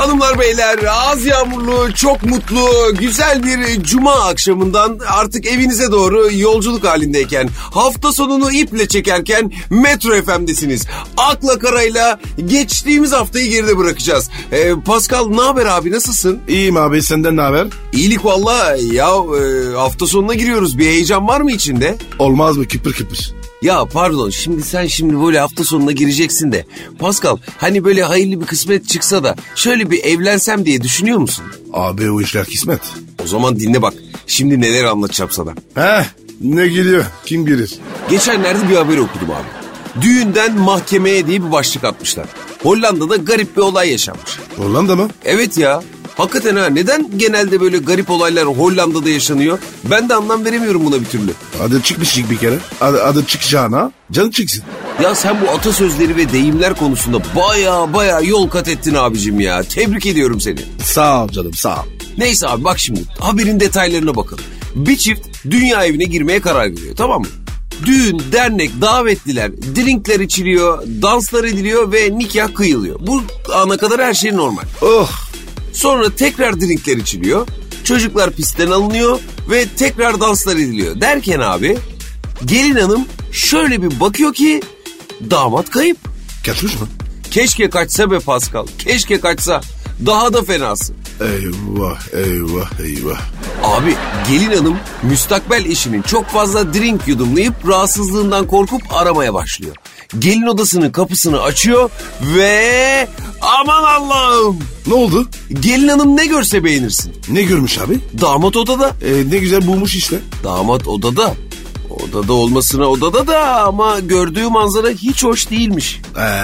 Hanımlar beyler, az yağmurlu, çok mutlu, güzel bir cuma akşamından artık evinize doğru yolculuk halindeyken, hafta sonunu iple çekerken Metro FM'desiniz. Akla karayla geçtiğimiz haftayı geride bırakacağız. Pascal, ne haber abi, nasılsın? İyiyim abi, senden ne haber? İyilik valla ya, hafta sonuna giriyoruz, bir heyecan var mı içinde? Olmaz mı, kıpır kıpır. Ya pardon, sen şimdi böyle hafta sonuna gireceksin de Pascal, hani böyle hayırlı bir kısmet çıksa da şöyle bir evlensem diye düşünüyor musun? Abi o işler kısmet. O zaman dinle bak, şimdi neler anlatacağım sana. Ne geliyor, kim bilir? Geçenlerde bir haber okudum abi. Düğünden mahkemeye diye bir başlık atmışlar. Hollanda'da garip bir olay yaşanmış. Hollanda mı? Evet ya. Hakikaten ha, neden genelde böyle garip olaylar Hollanda'da yaşanıyor? Ben de anlam veremiyorum buna bir türlü. Adı çıkmış bir kere. Adı çıkacağına canı çıksın. Ya sen bu atasözleri ve deyimler konusunda baya yol kat ettin abicim ya. Tebrik ediyorum seni. Sağ ol canım, sağ ol. Neyse abi, bak şimdi haberin detaylarına bakalım. Bir çift dünya evine girmeye karar veriyor, tamam mı? Düğün, dernek, davetliler, drinkler içiliyor, danslar ediliyor ve nikah kıyılıyor. Bu ana kadar her şey normal. Oh! Sonra tekrar drinkler içiliyor, çocuklar pistten alınıyor ve tekrar danslar ediliyor. Derken abi, gelin hanım şöyle bir bakıyor ki damat kayıp. Kaçmış mı? Keşke kaçsa be Pascal, keşke kaçsa. Daha da fenası. Eyvah. Abi, gelin hanım müstakbel eşinin çok fazla drink yudumlayıp rahatsızlığından korkup aramaya başlıyor. Gelin odasının kapısını açıyor ve aman Allah'ım. Ne oldu? Gelin hanım ne görse beğenirsin. Ne görmüş abi? Damat odada. Ne güzel bulmuş işte. Damat odada. Odada olmasına odada da ama gördüğü manzara hiç hoş değilmiş.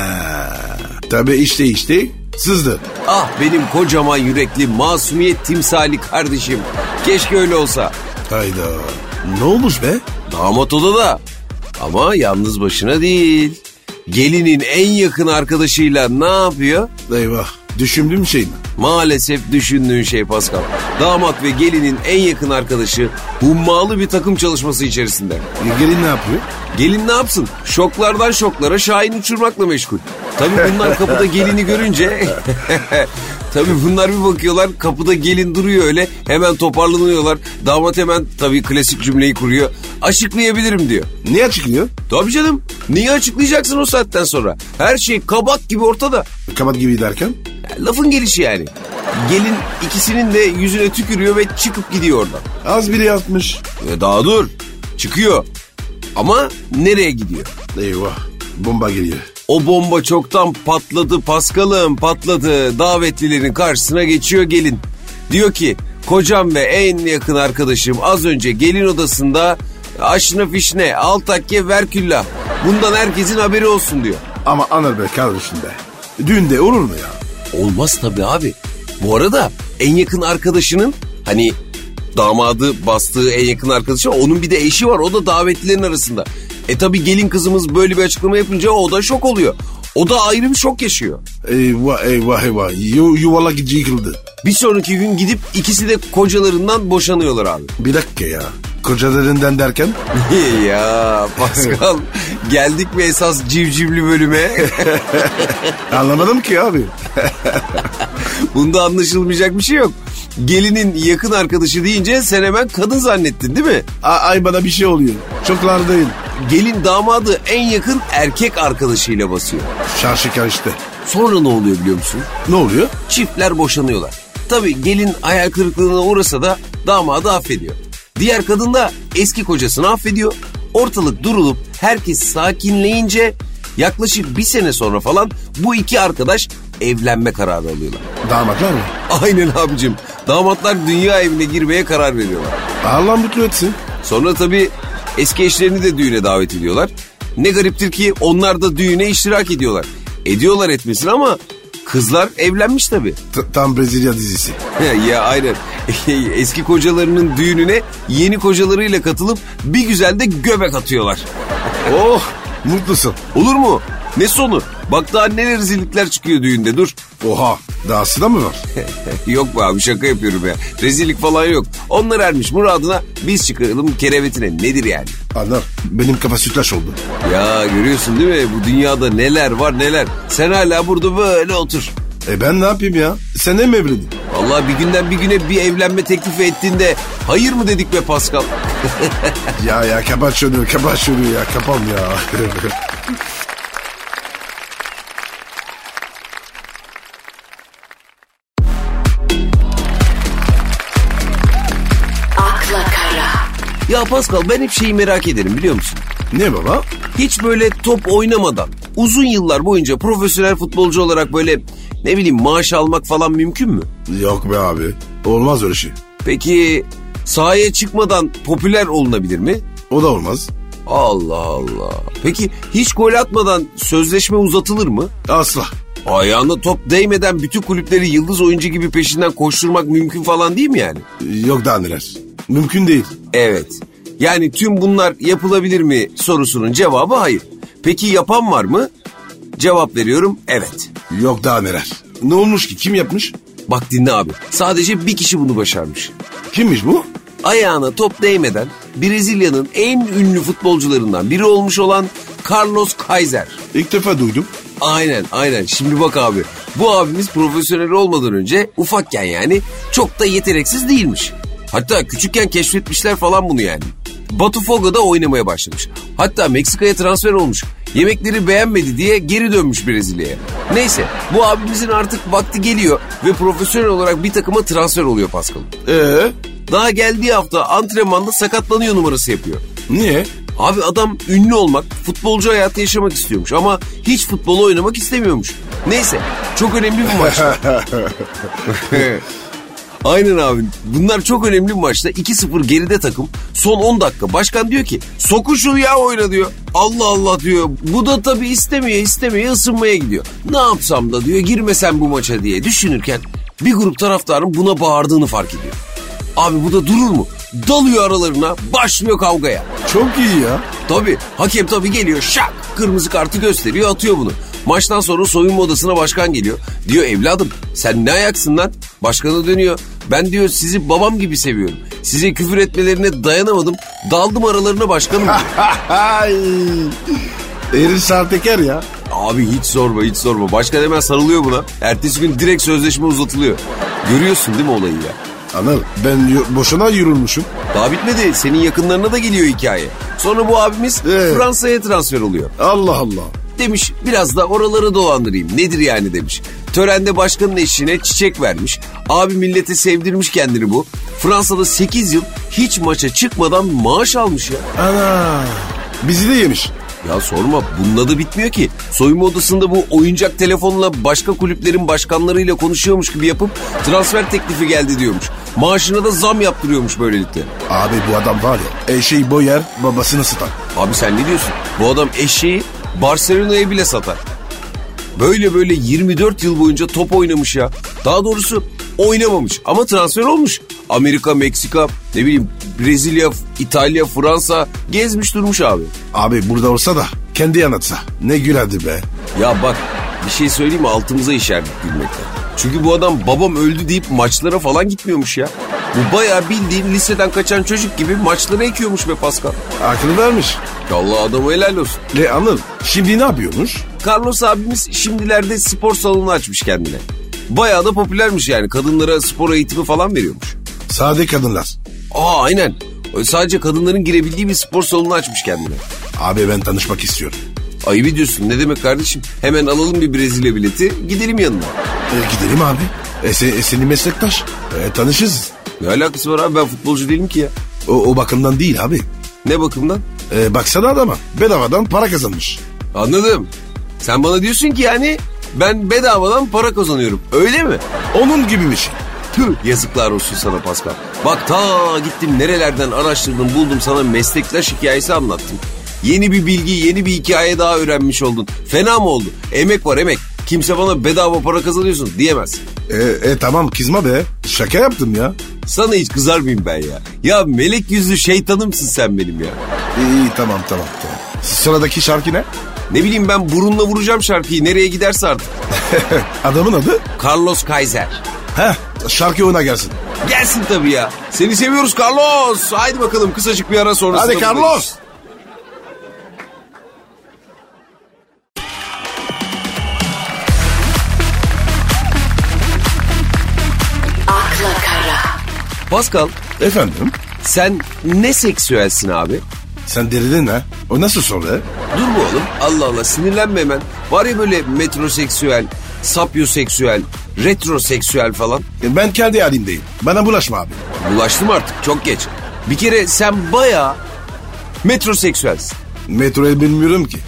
Tabii işte sızdı. Ah benim kocaman yürekli masumiyet timsali kardeşim. Keşke öyle olsa. Hayda. Ne olmuş be? Damat odada. Ama yalnız başına değil. Gelinin en yakın arkadaşıyla ne yapıyor? Eyvah. Düşündüğüm şey mi? Maalesef düşündüğün şey Pascal. Damat ve gelinin en yakın arkadaşı hummalı bir takım çalışması içerisinde. Gelin ne yapıyor? Gelin ne yapsın? Şoklardan şoklara şahin uçurmakla meşgul. Tabii bunlar kapıda gelini görünce... Tabii bunlar bir bakıyorlar, kapıda gelin duruyor öyle, hemen toparlanıyorlar. Damat hemen tabii klasik cümleyi kuruyor. Açıklayabilirim diyor. Niye açıklıyor? Tabii canım. Niye açıklayacaksın o saatten sonra? Her şey kabak gibi ortada. Kabak gibi derken? Lafın gelişi yani. Gelin ikisinin de yüzüne tükürüyor ve çıkıp gidiyor oradan. Az biri yatmış. Daha dur. Çıkıyor. Ama nereye gidiyor? Eyvah. Bomba geliyor. O bomba çoktan patladı Paskal'ım, patladı. Davetlilerin karşısına geçiyor gelin. Diyor ki, kocam ve en yakın arkadaşım az önce gelin odasında aşna fişne, al takke verküllah. Bundan herkesin haberi olsun diyor. Ama Anır Bey kardeşim be. Düğünde olur mu ya? Olmaz tabii abi. Bu arada en yakın arkadaşının, hani damadı bastığı en yakın arkadaşı, onun bir de eşi var, o da davetlilerin arasında. Tabii gelin kızımız böyle bir açıklama yapınca o da şok oluyor. O da ayrı bir şok yaşıyor. Eyvah. Yuvarlak yıkıldı. Bir sonraki gün gidip ikisi de kocalarından boşanıyorlar abi. Bir dakika ya. Kocalarından derken? Ya Pascal, geldik mi esas civcivli bölüme? Anlamadım ki abi. Bunda anlaşılmayacak bir şey yok. Gelinin yakın arkadaşı deyince sen hemen kadın zannettin değil mi? Ay bana bir şey oluyor. Çoklardayım. Gelin damadı en yakın erkek arkadaşıyla basıyor. Şarşı karıştı. Sonra ne oluyor biliyor musun? Ne oluyor? Çiftler boşanıyorlar. Tabii gelin hayal kırıklığına uğrasa da damadı affediyor. Diğer kadın da eski kocasını affediyor. Ortalık durulup herkes sakinleyince yaklaşık bir sene sonra falan bu iki arkadaş evlenme kararı alıyorlar. Damatlar mı? Aynen abicim. Damatlar dünya evine girmeye karar veriyorlar. Allah mutlu etsin. Sonra tabii eski eşlerini de düğüne davet ediyorlar. Ne gariptir ki onlar da düğüne iştirak ediyorlar. Ediyorlar etmesin ama kızlar evlenmiş tabii. Tam Brezilya dizisi. Ya aynen. Eski kocalarının düğününe yeni kocalarıyla katılıp bir güzel de göbek atıyorlar. Oh, mutlusun. Olur mu? Ne sonu? Bak daha neler rezillikler çıkıyor düğünde, dur. Oha, dahası da mı var? Yok be abi, şaka yapıyorum ya. Rezillik falan yok. Onlar ermiş muradına, biz çıkaralım kerevetine, nedir yani? Anlar, benim kafa sütlaç oldu. Ya görüyorsun değil mi? Bu dünyada neler var neler. Sen hala burada böyle otur. Ben ne yapayım ya? Sen de mi evlendin? Vallahi bir günden bir güne bir evlenme teklifi ettiğinde hayır mı dedik be Pascal? Ya kapat şunu ya kapan ya. Ya Pascal ben hep şeyi merak ederim biliyor musun? Ne baba? Hiç böyle top oynamadan uzun yıllar boyunca profesyonel futbolcu olarak böyle ne bileyim maaş almak falan mümkün mü? Yok be abi. Olmaz öyle şey. Peki sahaya çıkmadan popüler olunabilir mi? O da olmaz. Allah Allah. Peki hiç gol atmadan sözleşme uzatılır mı? Asla. Ayağına top değmeden bütün kulüpleri yıldız oyuncu gibi peşinden koşturmak mümkün falan değil mi yani? Yok daha neler. Mümkün değil. Evet. Yani tüm bunlar yapılabilir mi sorusunun cevabı hayır. Peki yapan var mı? Cevap veriyorum evet. Yok daha neler. Ne olmuş ki? Kim yapmış? Bak dinle abi. Sadece bir kişi bunu başarmış. Kimmiş bu? Ayağına top değmeden Brezilya'nın en ünlü futbolcularından biri olmuş olan Carlos Kaiser. İlk defa duydum. Aynen. Şimdi bak abi. Bu abimiz profesyonel olmadan önce ufakken yani çok da yeteneksiz değilmiş. Hatta küçükken keşfetmişler falan bunu yani. Botafogo'da oynamaya başlamış. Hatta Meksika'ya transfer olmuş. Yemekleri beğenmedi diye geri dönmüş Brezilya'ya. Neyse bu abimizin artık vakti geliyor ve profesyonel olarak bir takıma transfer oluyor Pascal. Daha geldiği hafta antrenmanda sakatlanıyor numarası yapıyor. Niye? Abi adam ünlü olmak, futbolcu hayatı yaşamak istiyormuş ama hiç futbolu oynamak istemiyormuş. Neyse çok önemli bir maç. Aynen abi. Bunlar çok önemli bir maçta. 2-0 geride takım. Son 10 dakika. Başkan diyor ki sokun şunu ya oyna diyor. Allah Allah diyor. Bu da tabii istemeye ısınmaya gidiyor. Ne yapsam da diyor girmesem bu maça diye düşünürken bir grup taraftarın buna bağırdığını fark ediyor. Abi bu da durur mu? Dalıyor aralarına, başlıyor kavgaya. Çok iyi ya. Tabii. Hakem tabii geliyor şak kırmızı kartı gösteriyor atıyor bunu. Maçtan sonra soyunma odasına başkan geliyor. Diyor evladım sen ne ayaksın lan? Başkanı dönüyor. Ben diyor sizi babam gibi seviyorum. Size küfür etmelerine dayanamadım. Daldım aralarına başkanım diyor. Herif sahtekar ya. Abi hiç sorma. Başkan hemen sarılıyor buna. Ertesi gün direkt sözleşme uzatılıyor. Görüyorsun değil mi olayı ya? Anıl ben boşuna yürülmüşüm. Daha bitmedi. Senin yakınlarına da geliyor hikaye. Sonra bu abimiz Fransa'ya transfer oluyor. Allah Allah. Demiş biraz da oraları dolandırayım. Nedir yani demiş. Törende başkanın eşine çiçek vermiş. Abi millete sevdirmiş kendini bu. Fransa'da 8 yıl hiç maça çıkmadan maaş almış ya. Ana. Bizi de yemiş. Ya sorma bununla da bitmiyor ki. Soyunma odasında bu oyuncak telefonla başka kulüplerin başkanlarıyla konuşuyormuş gibi yapıp transfer teklifi geldi diyormuş. Maaşına da zam yaptırıyormuş böylelikle. Abi bu adam var ya eşeği boyar babasını satar. Abi sen ne diyorsun? Bu adam eşeği Barcelona'ya bile satar. Böyle 24 yıl boyunca top oynamış ya. Daha doğrusu oynamamış ama transfer olmuş. Amerika, Meksika, ne bileyim Brezilya, İtalya, Fransa gezmiş durmuş abi. Abi burada olsa da kendi anlatsa ne gülerdi be. Ya bak bir şey söyleyeyim mi altımıza işerdik gülmekten. Çünkü bu adam babam öldü deyip maçlara falan gitmiyormuş ya. Bu bayağı bildiğin liseden kaçan çocuk gibi maçlara ekiyormuş be Pascal. Aklını vermiş. Allah adamı helal olsun. Anıl şimdi ne yapıyormuş? Carlos abimiz şimdilerde spor salonu açmış kendine. Bayağı da popülermiş yani. Kadınlara spor eğitimi falan veriyormuş. Sade kadınlar. Aynen. Sadece kadınların girebildiği bir spor salonu açmış kendine. Abi ben tanışmak istiyorum. Ayıp ediyorsun. Ne demek kardeşim? Hemen alalım bir Brezilya bileti. Gidelim yanına. Gidelim abi. Senin meslektaş. Tanışırız. Ne alakası var abi? Ben futbolcu değilim ki ya. O bakımdan değil abi. Ne bakımdan? Baksana adama. Bedavadan para kazanmış. Anladım. Sen bana diyorsun ki yani ben bedavadan para kazanıyorum. Öyle mi? Onun gibi bir şey. Tüh yazıklar olsun sana Pascal. Bak ta gittim nerelerden araştırdım buldum sana meslektaş hikayesi anlattım. Yeni bir bilgi yeni bir hikaye daha öğrenmiş oldun. Fena mı oldu? Emek var emek. Kimse bana bedava para kazanıyorsun diyemez. Tamam kızma be. Şaka yaptım ya. Sana hiç kızar mıyım ben ya? Ya melek yüzlü şeytanımsın sen benim ya. İyi tamam. Sıradaki şarkı ne? Ne bileyim ben burunla vuracağım şarkıyı nereye giderse artık. Adamın adı? Carlos Kaiser. Şarkı ona gelsin. Gelsin tabii ya. Seni seviyoruz Carlos. Haydi bakalım kısacık bir ara sonrasında. Hadi Carlos. Pascal, Efendim? sen ne seksüelsin abi? Sen delirdin ha? O nasıl soru? Dur mu oğlum? Allah Allah, sinirlenme hemen. Var ya böyle metroseksüel, sapyoseksüel, retroseksüel falan. Ben kendi halimdeyim. Bana bulaşma abi. Bulaştım artık, çok geç. Bir kere sen bayağı metroseksüelsin. Metroyu bilmiyorum ki.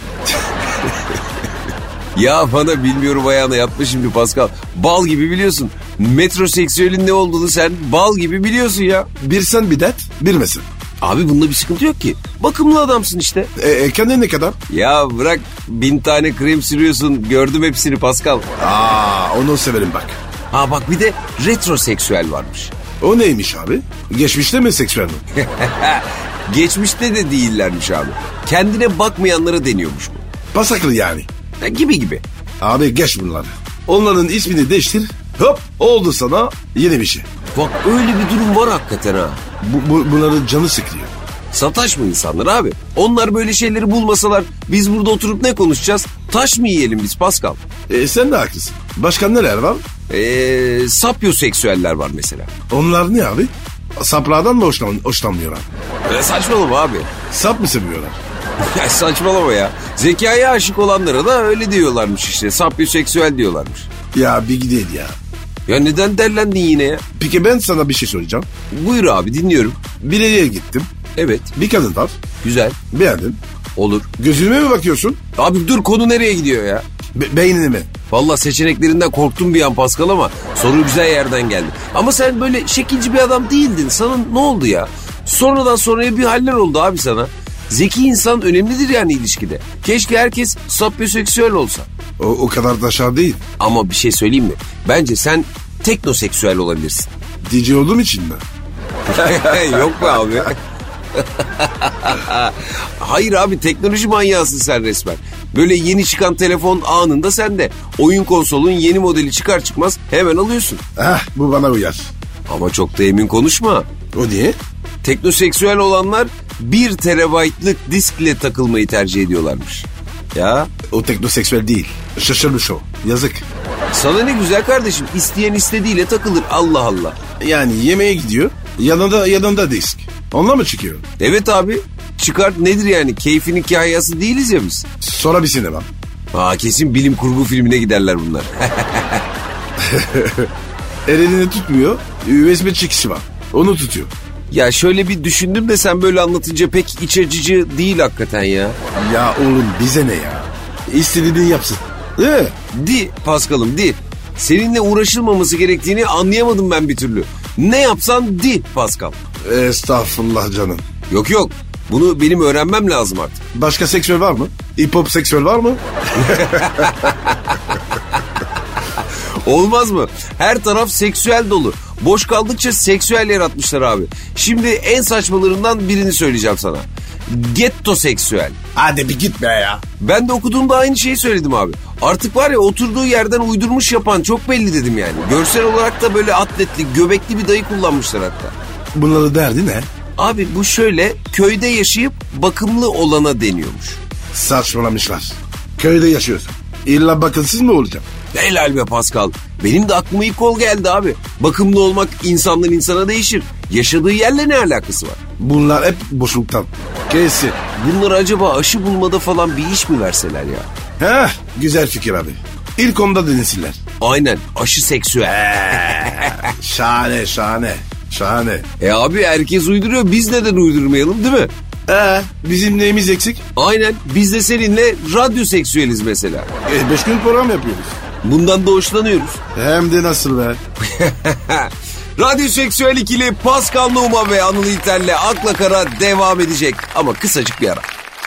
Ya bana bilmiyorum ayağına yapma şimdi Pascal. Bal gibi biliyorsun. Metroseksüelin ne olduğunu sen bal gibi biliyorsun ya. Bir sen bir dert, bilmesin. Abi bunda bir sıkıntı yok ki. Bakımlı adamsın işte. Kendin ne kadar? Ya bırak, 1000 tane krem sürüyorsun. Gördüm hepsini Pascal. Onu severim bak. Ha bak, bir de retroseksüel varmış. O neymiş abi? Geçmişte mi seksüel mi? Geçmişte de değillermiş abi. Kendine bakmayanlara deniyormuş bu. Pasaklı yani. Gibi. Abi geç bunları. Onların ismini değiştir. Hop oldu sana yeni bir şey. Bak öyle bir durum var hakikaten ha. Bunların canı sıkılıyor. Sataş mı insanlar abi? Onlar böyle şeyleri bulmasalar biz burada oturup ne konuşacağız? Taş mı yiyelim biz Pascal? Sen de haklısın. Başka neler var? Sapyoseksüeller var mesela. Onlar ne abi? Saplardan mı hoşlanmıyorlar? Saçmalama abi. Sap mı seviyorlar? Saçmalama ya. Zekaya aşık olanlara da öyle diyorlarmış işte. Sapyoseksüel diyorlarmış. Ya bir gidelim ya. Ya neden derlendin yine ya? Peki ben sana bir şey soracağım. Buyur abi, dinliyorum. Bir yere gittim. Evet. Bir kadın var. Güzel. Beğendin. Olur. Gözüme mi bakıyorsun? Abi dur, konu nereye gidiyor ya? Beynine mi? Vallahi seçeneklerinden korktum bir an Pascal ama soru güzel yerden geldi. Ama sen böyle şekilci bir adam değildin. Sana ne oldu ya? Sonradan sonraya bir haller oldu abi sana. Zeki insan önemlidir yani ilişkide. Keşke herkes sapyoseksüel olsa. O kadar da aşağı değil. Ama bir şey söyleyeyim mi? Bence sen teknoseksüel olabilirsin. DJ olduğum için mi? Yok be abi. Hayır abi, teknoloji manyağısın sen resmen. Böyle yeni çıkan telefon anında sende. Oyun konsolun yeni modeli çıkar çıkmaz hemen alıyorsun. Bu bana uyar. Ama çok da emin konuşma. O niye? Teknoseksüel olanlar 1 terabaytlık diskle takılmayı tercih ediyorlarmış. Ya O teknoseksüel değil. Şaşırmış o. Yazık. sana ne güzel kardeşim, isteyen istediğiyle takılır, Allah Allah. Yani yemeğe gidiyor. Yanında disk. Onunla mı çıkıyor? Evet abi, çıkart nedir yani, keyfinin kahyası değiliz ya biz. Sonra bir sinema. Kesin bilim kurgu filmine giderler bunlar. Elini tutmuyor. USB çıkışı var. Onu tutuyor. Ya şöyle bir düşündüm de sen böyle anlatınca pek iç açıcı değil hakikaten ya. Ya oğlum bize ne ya? İstediğini yapsın. Di Paskal'ım di. Seninle uğraşılmaması gerektiğini anlayamadım ben bir türlü. Ne yapsan di Paskal. Estağfurullah canım. Yok. Bunu benim öğrenmem lazım artık. Başka seksüel var mı? Hip hop seksüel var mı? Olmaz mı? Her taraf seksüel dolu. Boş kaldıkça seksüel yaratmışlar abi. Şimdi en saçmalarından birini söyleyeceğim sana. Gettoseksüel. Hadi bir gitme ya. Ben de okuduğumda aynı şeyi söyledim abi. Artık var ya, oturduğu yerden uydurmuş yapan çok belli dedim yani. Görsel olarak da böyle atletli, göbekli bir dayı kullanmışlar hatta. Bunları derdi ne? Abi bu şöyle, köyde yaşayıp bakımlı olana deniyormuş. Saçmalamışlar. Köyde yaşıyorsun. İlla bakımsız mı olacağım? Helal be Pascal. Benim de aklıma ilk ol geldi abi. Bakımlı olmak insandan insana değişir. Yaşadığı yerle ne alakası var? Bunlar hep boşluktan. Kesin. Bunları acaba aşı bulmada falan bir iş mi verseler ya? Güzel fikir abi. İlk onda denesinler. Aynen, aşı seksüel. Şahane. Abi herkes uyduruyor, biz neden uydurmayalım değil mi? Bizim neyimiz eksik? Aynen, biz de seninle radyoseksüeliz mesela. 5 gün program yapıyoruz. Bundan da hoşlanıyoruz. Hem de nasıl be? Radyoseksüel ikili Pascal Numa ve Anıl İlter'le Akla Kara devam edecek. Ama kısacık bir ara.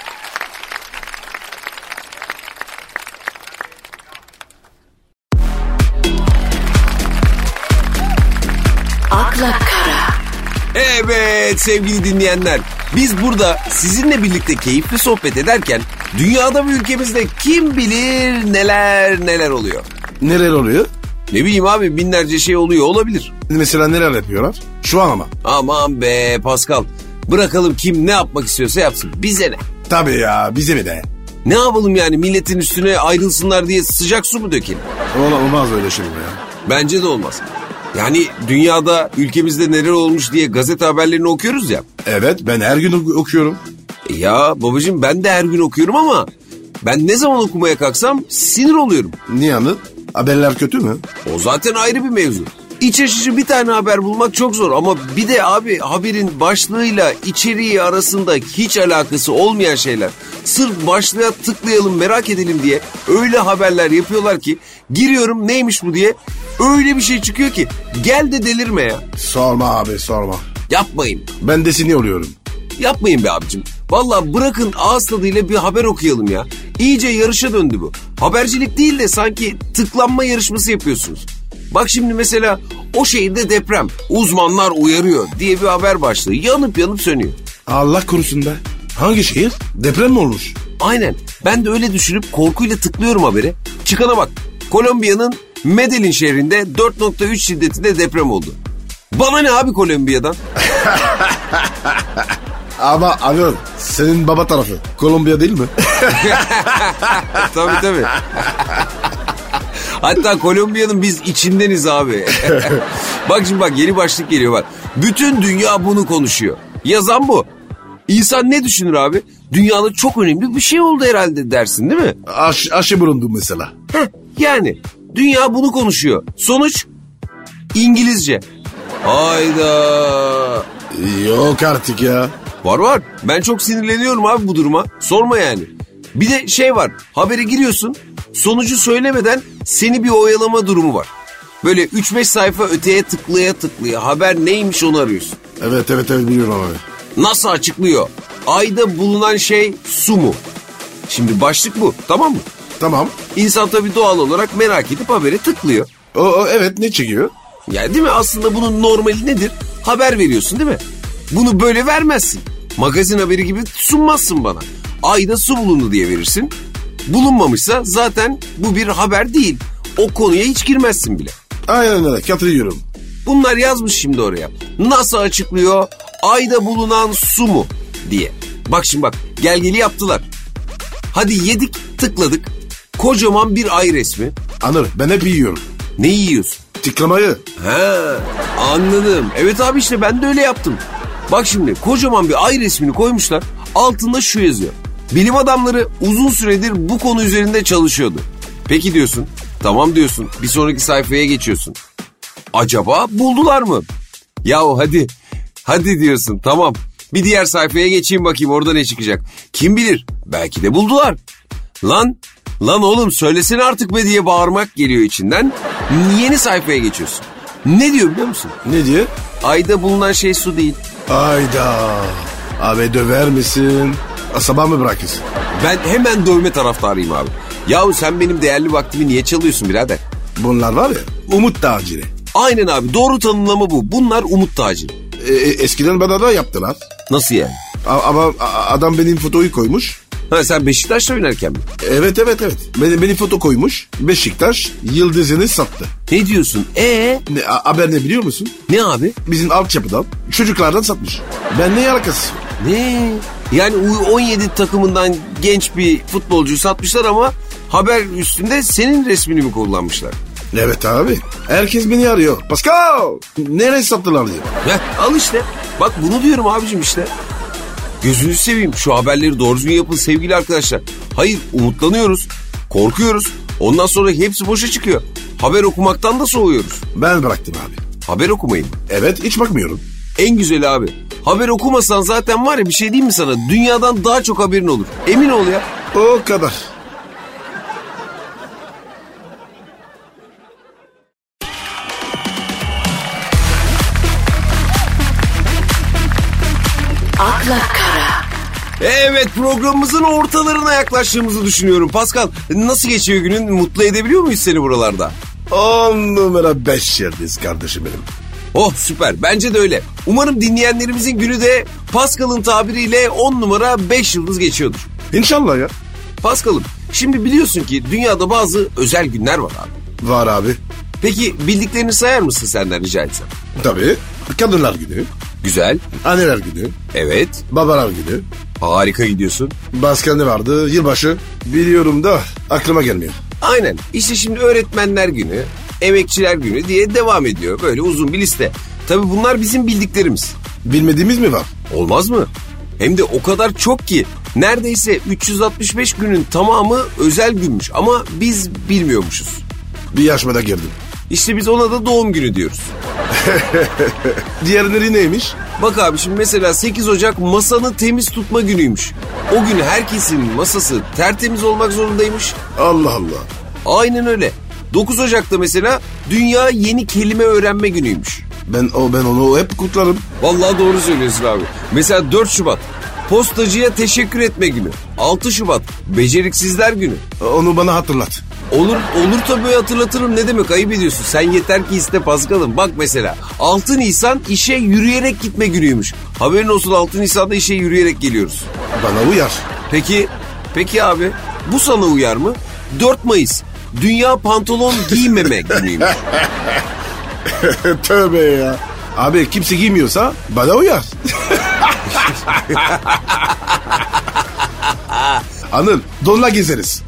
Akla Kara. Evet sevgili dinleyenler, biz burada sizinle birlikte keyifli sohbet ederken dünyada ve ülkemizde kim bilir neler oluyor. Neler oluyor? Ne bileyim abi, binlerce şey oluyor olabilir. Mesela neler yapıyorlar? Şu an ama. Aman be Pascal, bırakalım kim ne yapmak istiyorsa yapsın, bize ne? Tabii ya, bize mi de? Ne yapalım yani, milletin üstüne ayrılsınlar diye sıcak su mu dökelim? Olmaz öyle şey ya. Bence de olmaz. Yani dünyada, ülkemizde neler olmuş diye gazete haberlerini okuyoruz ya. Evet, ben her gün okuyorum. Ya babacığım ben de her gün okuyorum ama ben ne zaman okumaya kalksam sinir oluyorum. Niye anladın? Haberler kötü mü? O zaten ayrı bir mevzu. İç açıcı bir tane haber bulmak çok zor ama bir de abi haberin başlığıyla içeriği arasında hiç alakası olmayan şeyler. Sırf başlığa tıklayalım merak edelim diye öyle haberler yapıyorlar ki giriyorum neymiş bu diye öyle bir şey çıkıyor ki gel de delirme ya. Sorma abi sorma. Yapmayın. Ben de sinir oluyorum. Yapmayın be abicim. Vallahi bırakın ağız tadıyla bir haber okuyalım ya. İyice yarışa döndü bu. Habercilik değil de sanki tıklanma yarışması yapıyorsunuz. Bak şimdi mesela o şehirde deprem, uzmanlar uyarıyor diye bir haber başlığı yanıp yanıp sönüyor. Allah korusun be. Hangi şehir? Deprem mi olmuş? Aynen. Ben de öyle düşünüp korkuyla tıklıyorum habere. Çıkana bak. Kolombiya'nın Medellin şehrinde 4.3 şiddetinde deprem oldu. Bana ne abi Kolombiya'dan? Ama abi senin baba tarafı Kolombiya değil mi? Tabii. Hatta Kolombiya'nın biz içindeniz abi. Bak şimdi bak yeni başlık geliyor bak. Bütün dünya bunu konuşuyor. Yazan bu. İnsan ne düşünür abi? Dünyada çok önemli bir şey oldu herhalde dersin değil mi? Aşı bulundu mesela. Yani dünya bunu konuşuyor. Sonuç İngilizce. Hayda. Yok artık ya. Var. Ben çok sinirleniyorum abi bu duruma. Sorma yani. Bir de şey var. Habere giriyorsun. Sonucu söylemeden seni bir oyalama durumu var. Böyle 3-5 sayfa öteye tıklaya haber neymiş onu arıyorsun. Evet biliyorum abi. Nasıl açıklıyor? Ayda bulunan şey su mu? Şimdi başlık bu, tamam mı? Tamam. İnsan tabii doğal olarak merak edip habere tıklıyor. Evet ne çekiyor? Yani değil mi? Aslında bunun normali nedir? Haber veriyorsun değil mi? Bunu böyle vermezsin. Magazin haberi gibi sunmazsın bana. Ayda su bulundu diye verirsin. Bulunmamışsa zaten bu bir haber değil. O konuya hiç girmezsin bile. Aynen öyle katılıyorum. Bunlar yazmış şimdi oraya. Nasıl açıklıyor? Ayda bulunan su mu? Diye. Bak şimdi bak gelgeli yaptılar. Hadi yedik tıkladık. Kocaman bir ay resmi. Anır ben hep yiyorum. Ne yiyorsun? Tıklamayı. Anladım. Evet abi işte ben de öyle yaptım. Bak şimdi kocaman bir ay resmini koymuşlar. Altında şu yazıyor. Bilim adamları uzun süredir bu konu üzerinde çalışıyordu. Peki diyorsun. Tamam diyorsun. Bir sonraki sayfaya geçiyorsun. Acaba buldular mı? Yahu hadi diyorsun tamam. Bir diğer sayfaya geçeyim bakayım orada ne çıkacak. Kim bilir belki de buldular. Lan oğlum söylesene artık be diye bağırmak geliyor içinden. Yeni sayfaya geçiyorsun. Ne diyor biliyor musun? Ne diyor? Ayda bulunan şey su değil. Ayda. Abi döver misin? Sabah mı bırakırsın? Ben hemen dövme taraftarıyım abi. Yahu sen benim değerli vaktimi niye çalıyorsun birader? Bunlar var ya umut taciri. Aynen abi doğru tanımlama bu. Bunlar umut taciri. Eskiden bana da yaptılar. Nasıl yani? Ama adam benim fotoyu koymuş. Sen Beşiktaş'ta oynarken mi? Evet. Benim foto koymuş. Beşiktaş yıldızını sattı. Ne diyorsun? Haber ne biliyor musun? Ne abi? Bizim altyapıdan çocuklardan satmış. Ben ne alakası? Ne? Yani U17 takımından genç bir futbolcuyu satmışlar ama haber üstünde senin resmini mi kullanmışlar? Evet abi. Herkes beni arıyor. Pascal! Nereye sattılar diyor. Al işte. Bak bunu diyorum abicim işte. Gözünüzü seveyim şu haberleri doğru düzgün yapın sevgili arkadaşlar. Hayır umutlanıyoruz, korkuyoruz. Ondan sonra hepsi boşa çıkıyor. Haber okumaktan da soğuyoruz. Ben bıraktım abi. Haber okumayı mı? Evet hiç bakmıyorum. En güzeli abi. Haber okumasan zaten var ya bir şey diyeyim mi sana? Dünyadan daha çok haberin olur. Emin ol ya. O kadar. Akla Kara. Evet programımızın ortalarına yaklaştığımızı düşünüyorum. Pascal nasıl geçiyor günün? Mutlu edebiliyor muyuz seni buralarda? 10 numara 5 yıldız kardeşim benim. Oh süper bence de öyle. Umarım dinleyenlerimizin günü de Pascal'ın tabiriyle 10 numara 5 yıldız geçiyordur. İnşallah ya. Pascal'ım şimdi biliyorsun ki dünyada bazı özel günler var abi. Var abi. Peki bildiklerini sayar mısın senden rica etsem? Tabii. Kadınlar günü. Güzel. Anneler günü. Evet. Babalar günü. Harika gidiyorsun. Başka ne vardı? Yılbaşı. Biliyorum da aklıma gelmiyor. Aynen. İşte şimdi öğretmenler günü, Emekçiler Günü diye devam ediyor. Böyle uzun bir liste. Tabii bunlar bizim bildiklerimiz. Bilmediğimiz mi var? Olmaz mı? Hem de o kadar çok ki neredeyse 365 günün tamamı özel günmüş ama biz bilmiyormuşuz. Bir yaşmada girdim. İşte biz ona da doğum günü diyoruz. Diğerleri neymiş? Bak abi şimdi mesela 8 Ocak masanı temiz tutma günüymüş. O gün herkesin masası tertemiz olmak zorundaymış. Allah Allah. Aynen öyle. 9 Ocak'ta mesela Dünya Yeni Kelime Öğrenme Günüymüş. Ben onu hep kutlarım. Vallahi doğru söylüyorsun abi. Mesela 4 Şubat Postacıya Teşekkür Etme Günü. 6 Şubat Beceriksizler Günü. Onu bana hatırlat. Olur tabii hatırlatırım, ne demek, ayıp ediyorsun. Sen yeter ki iste Paskal'ım. Bak mesela 6 Nisan işe yürüyerek gitme günüymüş. Haberin olsun, 6 Nisan'da işe yürüyerek geliyoruz. Bana uyar. Peki abi bu sana uyar mı? 4 Mayıs Dünya Pantolon Giymeme Günüymüş. Tövbe ya. Abi kimse giymiyorsa bana uyar. Anıl donla gezeriz.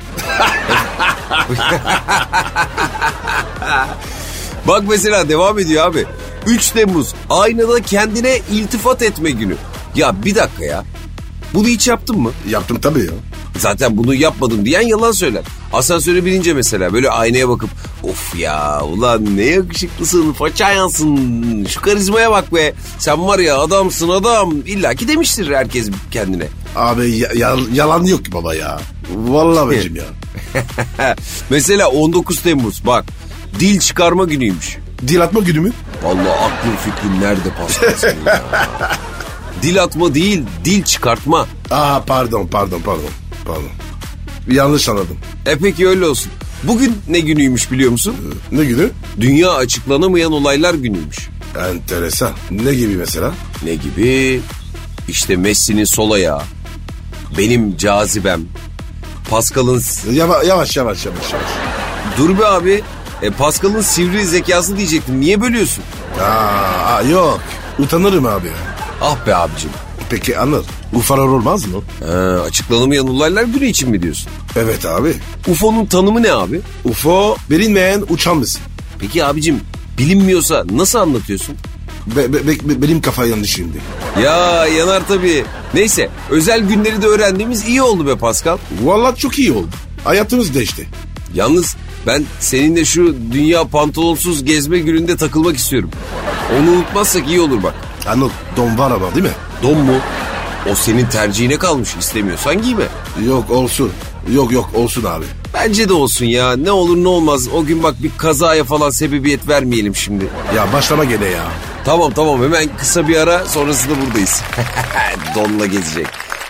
Bak mesela devam ediyor abi. 3 Temmuz aynada kendine iltifat etme günü. Ya bir dakika ya. Bunu hiç yaptın mı? Yaptım tabii ya. Zaten bunu yapmadım diyen yalan söyler. Asansöre binince mesela böyle aynaya bakıp of ya ulan ne yakışıklısın, façayansın, şu karizmaya bak be, sen var ya adamsın adam, illaki demiştir herkes kendine. Abi yalan yok baba ya. Vallahi bacım ya. Mesela 19 Temmuz bak dil çıkarma günüymüş. Dil atma günü mü? Vallahi aklın fikrin nerede Pascal senin ya? Dil atma değil, dil çıkartma. Pardon. Yanlış anladım. Peki öyle olsun. Bugün ne günüymüş biliyor musun? Ne günü? Dünya Açıklanamayan Olaylar Günüymüş. Enteresan. Ne gibi mesela? Ne gibi? İşte Messi'nin sol ayağı, benim cazibem, Pascal'ın... Yavaş. Dur be abi. Pascal'ın sivri zekası diyecektim. Niye bölüyorsun? Yok. Utanırım abi. Ah be abicim. Peki Anıl, UFO'lar olmaz mı? Açıklanamayan Olaylar Günü için mi diyorsun? Evet abi. UFO'nun tanımı ne abi? UFO bilinmeyen uçan mısın? Peki abicim bilinmiyorsa nasıl anlatıyorsun? Benim kafa yandı şimdi. Ya yanar tabii. Neyse özel günleri de öğrendiğimiz iyi oldu be Pascal. Vallahi çok iyi oldu. Hayatımız değişti. Yalnız ben seninle şu dünya pantolonsuz gezme gününde takılmak istiyorum. Onu unutmazsak iyi olur bak. Anıl don var ama değil mi? Don mu? O senin tercihine kalmış. İstemiyorsan giyme. Yok olsun. Yok olsun abi. Bence de olsun ya. Ne olur ne olmaz. O gün bak bir kazaya falan sebebiyet vermeyelim şimdi. Ya başlama gene ya. Tamam hemen kısa bir ara, sonrasında buradayız. Donla gezecek.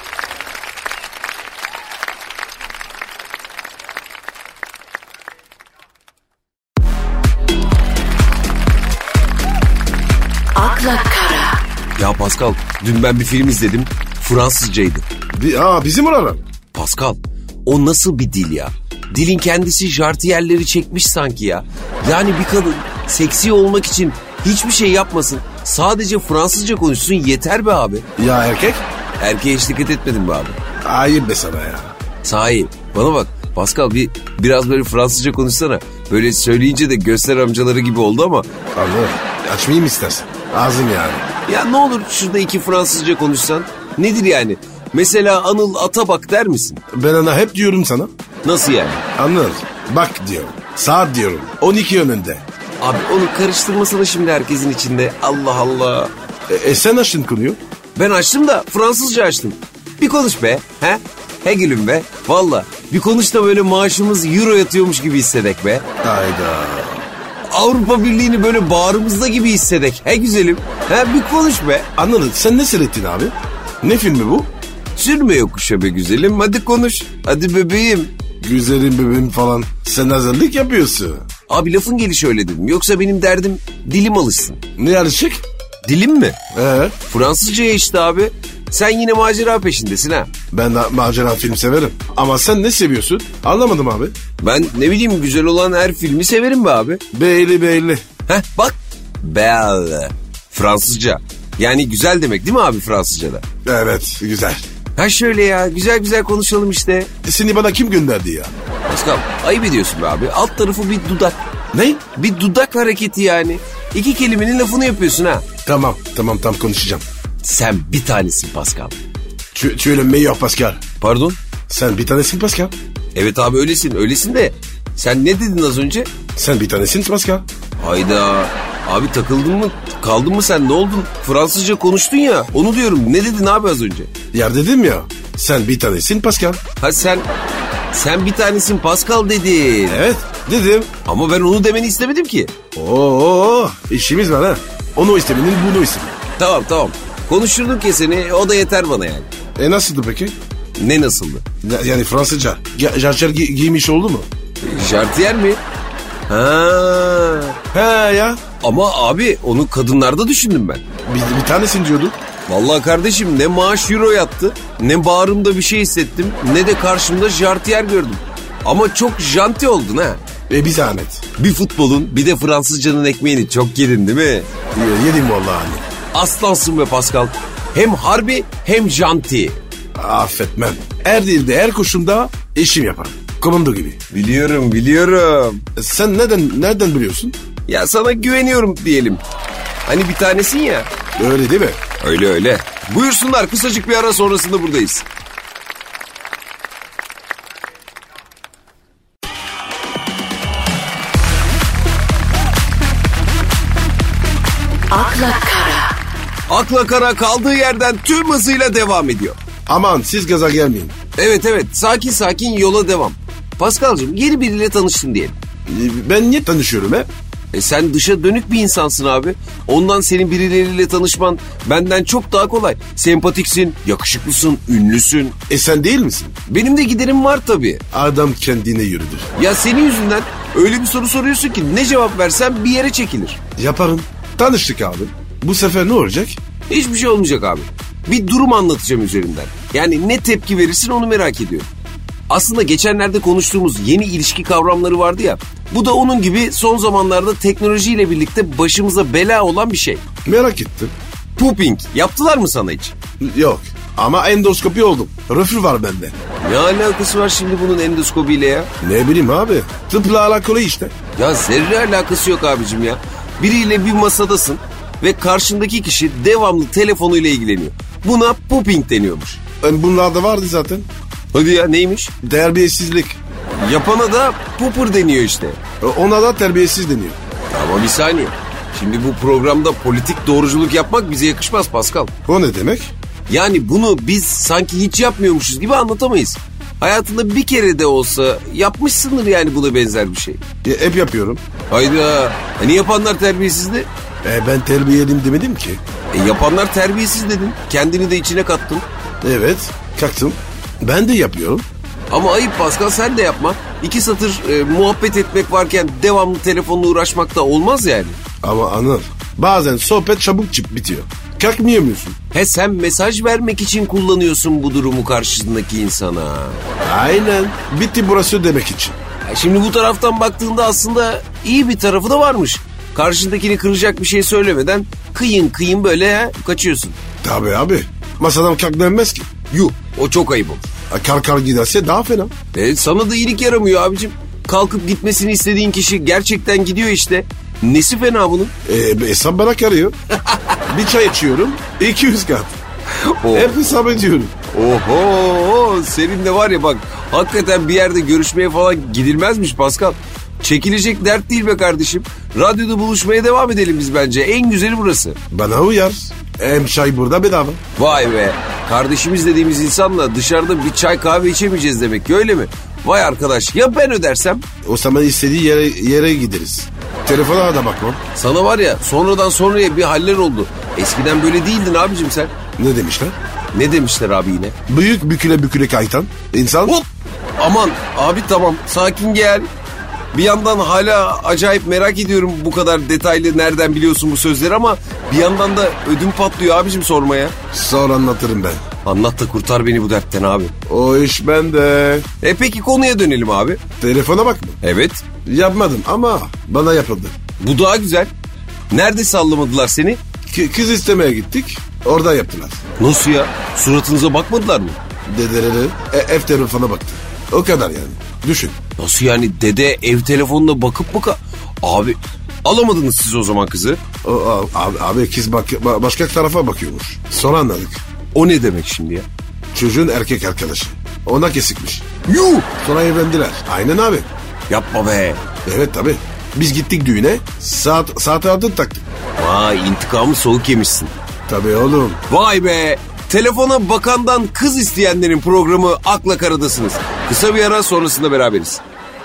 Akla Kara. Ya Pascal dün ben bir film izledim. Fransızcaydı. Bizim oralar. Pascal o nasıl bir dil ya? Dilin kendisi jartiyerleri çekmiş sanki ya. Yani bir kadın seksi olmak için hiçbir şey yapmasın. Sadece Fransızca konuşsun yeter be abi. Ya erkek? Erkeğe hiç dikkat etmedin be abi. Ayıp be sana ya. Sahi bana bak Pascal biraz böyle Fransızca konuşsana. Böyle söyleyince de göster amcaları gibi oldu ama. Anladım. Açmayayım istersen. Ağzım yani. Ya ne olur şurada 2 Fransızca konuşsan. Nedir yani? Mesela Anıl Atabak der misin? Ben ona hep diyorum sana. Nasıl yani? Anıl bak diyorum. Saat diyorum. 12 yönünde. Abi onu karıştırmasana şimdi herkesin içinde. Allah Allah. Sen açtın konuyu. Ben açtım da Fransızca açtım. Bir konuş be. He gülüm be. Valla. Bir konuş da böyle maaşımız euro yatıyormuş gibi hissedek be. Hayda. Avrupa Birliği'ni böyle bağrımızda gibi hissedek. He güzelim. Bir konuş be. Anladın sen ne seyrettin abi? Ne filmi bu? Sürme yokuşa be güzelim. Hadi konuş. Hadi bebeğim. Güzelim bebeğim falan. Sen hazırlık yapıyorsun. Abi lafın gelişi öyle dedim. Yoksa benim derdim dilim alışsın. Ne alışık? Dilim mi? Evet. Fransızcaya işte abi. Sen yine macera peşindesin ha. Ben de macera film severim. Ama sen ne seviyorsun? Anlamadım abi. Ben ne bileyim güzel olan her filmi severim be abi. Belli. Bak. Belle. Fransızca. Yani güzel demek değil mi abi Fransızca'da? Evet güzel. Şöyle ya güzel konuşalım işte. Seni bana kim gönderdi ya? Pascal ayıp ediyorsun be abi. Alt tarafı bir dudak. Ne? Bir dudak hareketi yani. 2 kelimenin lafını yapıyorsun ha. Tamam konuşacağım. Sen bir tanesin Pascal. Tu es le meilleur Pascal. Pardon? Sen bir tanesin Pascal. Evet abi öylesin de. Sen ne dedin az önce? Sen bir tanesin Pascal. Hayda. Abi takıldın mı? Kaldın mı sen? Ne oldun? Fransızca konuştun ya. Onu diyorum. Ne dedin abi az önce? Ya dedim ya. Sen bir tanesin Pascal. Ha sen bir tanesin Pascal dedin. Evet dedim. Ama ben onu demeni istemedim ki. Oo işimiz var ha. Onu istemenin bunu istemenin. Tamam. Konuşturduk ya seni. O da yeter bana yani. Nasıldı peki? Ne nasıldı? Yani Fransızca. Jartier giymiş oldu mu? Jartier mi? Ha. He ya. Ama abi onu kadınlarda düşündüm ben. Bir tanesin diyorduk. Vallahi kardeşim ne maaş euro yattı, ne bağrımda bir şey hissettim, ne de karşımda jartiyer gördüm. Ama çok janti oldun ha. Bir zahmet. Bir futbolun bir de Fransızcanın ekmeğini çok yedin değil mi? Yedim vallahi anne. Aslansın be Pascal. Hem harbi hem janti. Affetmem. Her dilde her koşumda işim yaparım. Komando gibi. Biliyorum. Sen nereden biliyorsun? Ya sana güveniyorum diyelim. Hani bir tanesin ya. Öyle değil mi? Öyle. Buyursunlar, kısacık bir ara sonrasında buradayız. Akla Kara. Akla Kara kaldığı yerden tüm hızıyla devam ediyor. Aman siz gaza gelmeyin. Evet sakin yola devam. Pascal'cığım yeni biriyle tanıştın diyelim. Ben niye tanışıyorum he? Sen dışa dönük bir insansın abi. Ondan senin birileriyle tanışman benden çok daha kolay. Sempatiksin, yakışıklısın, ünlüsün. Sen değil misin? Benim de giderim var tabii. Adam kendine yürüdür. Ya senin yüzünden öyle bir soru soruyorsun ki ne cevap versem bir yere çekilir. Yaparım. Tanıştık abi. Bu sefer ne olacak? Hiçbir şey olmayacak abi. Bir durum anlatacağım üzerinden. Yani ne tepki verirsin onu merak ediyorum. Aslında geçenlerde konuştuğumuz yeni ilişki kavramları vardı ya. Bu da onun gibi son zamanlarda teknolojiyle birlikte başımıza bela olan bir şey. Merak ettim. Pooping yaptılar mı sana hiç? Yok. Ama endoskopi oldum. Röfür var bende. Ne alakası var şimdi bunun endoskopiyle ya? Ne bileyim abi. Tıpla alakalı işte. Ya zerre alakası yok abicim ya. Biriyle bir masadasın ve karşındaki kişi devamlı telefonuyla ilgileniyor. Buna pooping deniyormuş. Bunlar da vardı zaten. Hadi ya neymiş? Terbiyesizlik. Yapana da pupur deniyor işte. Ona da terbiyesiz deniyor. Ama bir saniye. Şimdi bu programda politik doğruculuk yapmak bize yakışmaz Pascal. O ne demek? Yani bunu biz sanki hiç yapmıyormuşuz gibi anlatamayız. Hayatında bir kere de olsa yapmışsındır yani buna benzer bir şey. Hep yapıyorum. Hayda. Hani yapanlar terbiyesizdi? Ben terbiyeliyim demedim ki. Yapanlar terbiyesiz dedin. Kendini de içine kattın. Evet. Kalktım. Ben de yapıyorum. Ama ayıp Pascal sen de yapma. 2 satır muhabbet etmek varken devamlı telefonla uğraşmak da olmaz yani. Ama Anıl bazen sohbet çabuk bitiyor. Kalkmıyor musun? Sen mesaj vermek için kullanıyorsun bu durumu karşısındaki insana. Aynen. Bitti burası demek için. Şimdi bu taraftan baktığında aslında iyi bir tarafı da varmış. Karşındakini kıracak bir şey söylemeden kıyın böyle kaçıyorsun. Tabii abi. Masadan kalk denmez ki. Yuh o çok ayıp olur. Kalkar giderse daha fena. Sana da iyilik yaramıyor abicim. Kalkıp gitmesini istediğin kişi gerçekten gidiyor işte. Nesi fena bunun? Hesap bana karıyor. Bir çay içiyorum 200 kat. Oh. Hep hesap ediyorum. Oho senin de var ya bak hakikaten bir yerde görüşmeye falan gidilmezmiş Pascal. Çekilecek dert değil be kardeşim. Radyoda buluşmaya devam edelim biz bence. En güzeli burası. Bana uyar. Hem çay burada bedava. Vay be. Kardeşimiz dediğimiz insanla dışarıda bir çay kahve içemeyeceğiz demek ki öyle mi? Vay arkadaş ya ben ödersem? O zaman istediği yere gideriz. Telefona da bakmam. Sana var ya sonradan sonraya bir haller oldu. Eskiden böyle değildin abicim sen. Ne demişler? Ne demişler abi yine? Büyük büküle kaytan insan. Hop! Aman abi tamam sakin gel. Bir yandan hala acayip merak ediyorum bu kadar detaylı nereden biliyorsun bu sözleri ama bir yandan da ödüm patlıyor abicim sormaya. Sonra anlatırım ben. Anlat da kurtar beni bu dertten abi. O iş bende. Peki konuya dönelim abi. Telefona bakma. Evet. Yapmadım ama bana yapıldı. Bu daha güzel. Nerede sallamadılar seni? Kız istemeye gittik. Orada yaptılar. Nasıl ya? Suratınıza bakmadılar mı? Dedeleri ev telefona baktı. O kadar yani. Düşün. Nasıl yani dede ev telefonuna bakıp Abi alamadınız siz o zaman kızı. Abi kız başka tarafa bakıyormuş. Sonra anladık. O ne demek şimdi ya? Çocuğun erkek arkadaşı. Ona kesikmiş. Yuh! Sonra evlendiler. Aynen abi. Yapma be. Evet tabii. Biz gittik düğüne. Saat altın taktık. Vay, intikamı soğuk yemişsin. Tabii oğlum. Vay be. Telefona bakandan kız isteyenlerin programı Akla Kara'dasınız. Kısa bir ara, sonrasında beraberiz.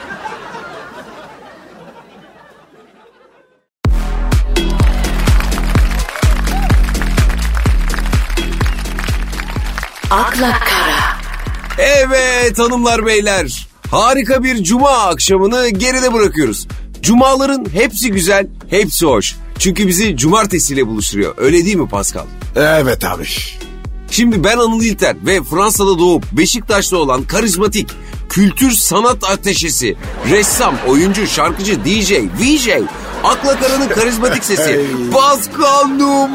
Akla Kara. Evet hanımlar beyler. Harika bir cuma akşamını geride bırakıyoruz. Cumaların hepsi güzel, hepsi hoş. Çünkü bizi cumartesiyle buluşturuyor. Öyle değil mi Pascal? Evet abi. Şimdi ben Anıl İlter ve Fransa'da doğup Beşiktaş'ta olan karizmatik, kültür sanat ateşesi, ressam, oyuncu, şarkıcı, DJ, VJ, Akla Kara'nın karizmatik sesi Pascal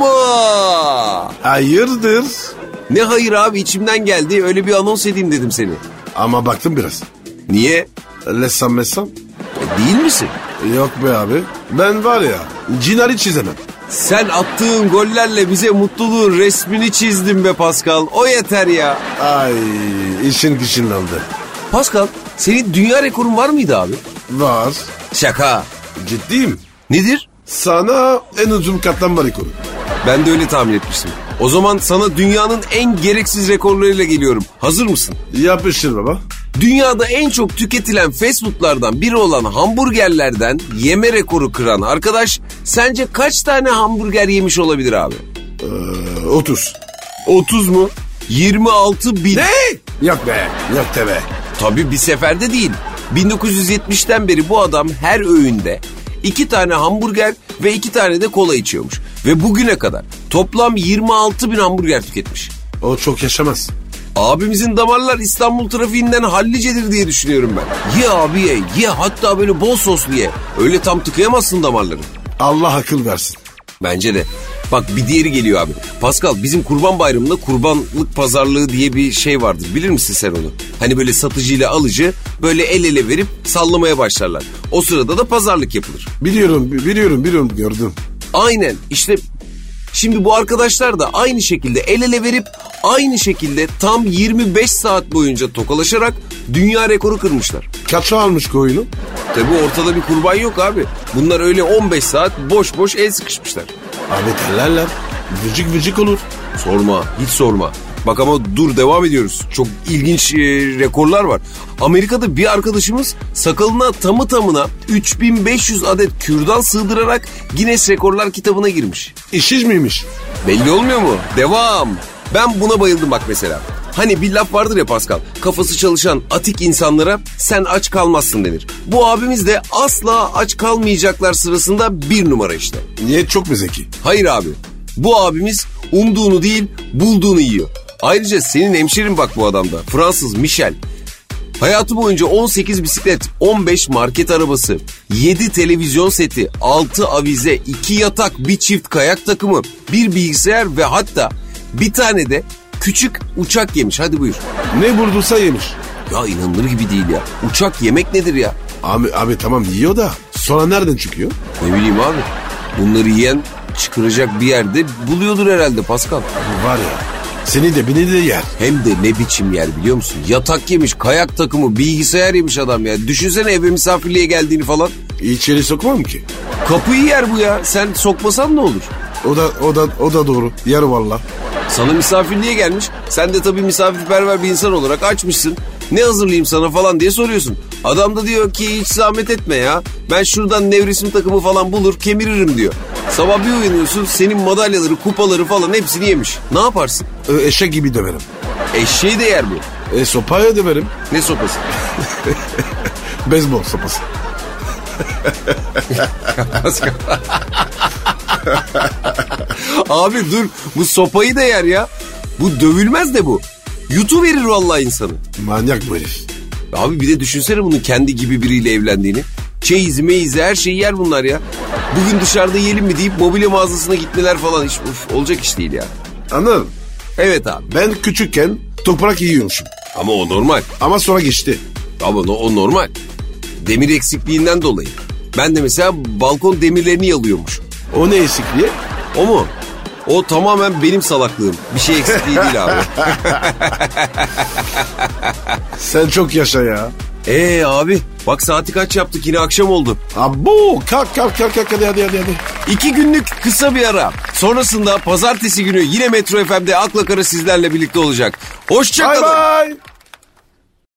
Numa. Hayırdır? Ne hayır abi, içimden geldi, öyle bir anons edeyim dedim seni. Ama baktım biraz. Niye? Lessam. Değil misin? Yok be abi. Ben var ya cinari çizemem. Sen attığın gollerle bize mutluluğun resmini çizdin be Pascal. O yeter ya. Ay işin kışınlandı. Pascal, senin dünya rekorun var mıydı abi? Var. Şaka. Ciddiyim. Nedir? Sana en uzun katlanma rekoru. Ben de öyle tahmin etmiştim. O zaman sana dünyanın en gereksiz rekorlarıyla geliyorum. Hazır mısın? Yapıştır baba. Dünyada en çok tüketilen fast foodlardan biri olan hamburgerlerden yeme rekoru kıran arkadaş sence kaç tane hamburger yemiş olabilir abi? 30. 30 mu? 26 bin. Ne? Yok be. Yok de be. Tabii bir seferde değil. 1970'ten beri bu adam her öğünde 2 tane hamburger ve 2 tane de kola içiyormuş. Ve bugüne kadar toplam 26 bin hamburger tüketmiş. O çok yaşamaz. Abimizin damarlar İstanbul trafiğinden hallicedir diye düşünüyorum ben. Ye abi ye, ye, hatta böyle bol soslu ye. Öyle tam tıkayamazsın damarları. Allah akıl versin. Bence de. Bak bir diğeri geliyor abi. Pascal, bizim Kurban Bayramı'nda kurbanlık pazarlığı diye bir şey vardır. Bilir misin sen onu? Hani böyle satıcıyla alıcı böyle el ele verip sallamaya başlarlar. O sırada da pazarlık yapılır. Biliyorum gördüm. Aynen işte. Şimdi bu arkadaşlar da aynı şekilde el ele verip aynı şekilde tam 25 saat boyunca tokalaşarak dünya rekoru kırmışlar. Kaça almış koyunu? Tabii ortada bir kurban yok abi. Bunlar öyle 15 saat boş boş el sıkışmışlar. Abi terlerler. Vıcık olur. Sorma, hiç sorma. Bak ama dur, devam ediyoruz. Çok ilginç rekorlar var. Amerika'da bir arkadaşımız sakalına tamı tamına 3500 adet kürdan sığdırarak Guinness Rekorlar kitabına girmiş. İşsiz miymiş? Belli olmuyor mu? Devam. Ben buna bayıldım bak mesela. Hani bir laf vardır ya Pascal, kafası çalışan atik insanlara sen aç kalmazsın denir. Bu abimiz de asla aç kalmayacaklar sırasında bir numara işte. Niye, çok mu zeki? Hayır abi, bu abimiz umduğunu değil bulduğunu yiyor. Ayrıca senin hemşerin bak bu adamda, Fransız Michel. Hayatı boyunca 18 bisiklet, 15 market arabası, 7 televizyon seti, 6 avize, 2 yatak, bir çift kayak takımı, bir bilgisayar ve hatta bir tane de küçük uçak yemiş. Hadi buyur. Ne bulduysa yemiş. Ya inanılır gibi değil ya. Uçak yemek nedir ya? Abi tamam yiyor da sonra nereden çıkıyor? Ne bileyim abi. Bunları yiyen çıkaracak bir yerde buluyordur herhalde Pascal. Var ya, seni de beni de yer. Hem de ne biçim yer biliyor musun? Yatak yemiş, kayak takımı, bilgisayar yemiş adam ya. Düşünsene eve misafirliğe geldiğini falan. İçeri sokmam ki. Kapıyı yer bu ya. Sen sokmasan ne olur? O da doğru. Yer valla. Sana misafirliğe gelmiş. Sen de tabii misafirperver bir insan olarak açmışsın. Ne hazırlayayım sana falan diye soruyorsun. Adam da diyor ki hiç zahmet etme ya. Ben şuradan nevresim takımı falan bulur kemiririm diyor. Sabah bir uyanıyorsun, senin madalyaları, kupaları falan hepsini yemiş. Ne yaparsın? Eşek gibi döverim. Eşeği de yer bu. Sopaya döverim. Ne sopası? Beyzbol sopası. Abi dur, bu sopayı da yer ya. Bu dövülmez de bu. Yutuverir vallahi insanı. Manyak bu herif. Abi bir de düşünsene bunun kendi gibi biriyle evlendiğini. Çeyizi meyizi her şeyi yer bunlar ya. Bugün dışarıda yiyelim mi deyip mobilya mağazasına gitmeler falan hiç olacak iş değil ya. Anladın? Evet abi. Ben küçükken toprak yiyormuşum. Ama o normal. Ama sonra geçti. Ama o normal. Demir eksikliğinden dolayı. Ben de mesela balkon demirlerini yalıyormuş. O ne eksikliği? O mu? O tamamen benim salaklığım. Bir şey eksikliği değil abi. Sen çok yaşa ya. Abi bak saati kaç yaptık, yine akşam oldu. Abo kalk hadi. 2 günlük kısa bir ara. Sonrasında pazartesi günü yine Metro FM'de Akla Kara sizlerle birlikte olacak. Hoşça kalın. Bye bye.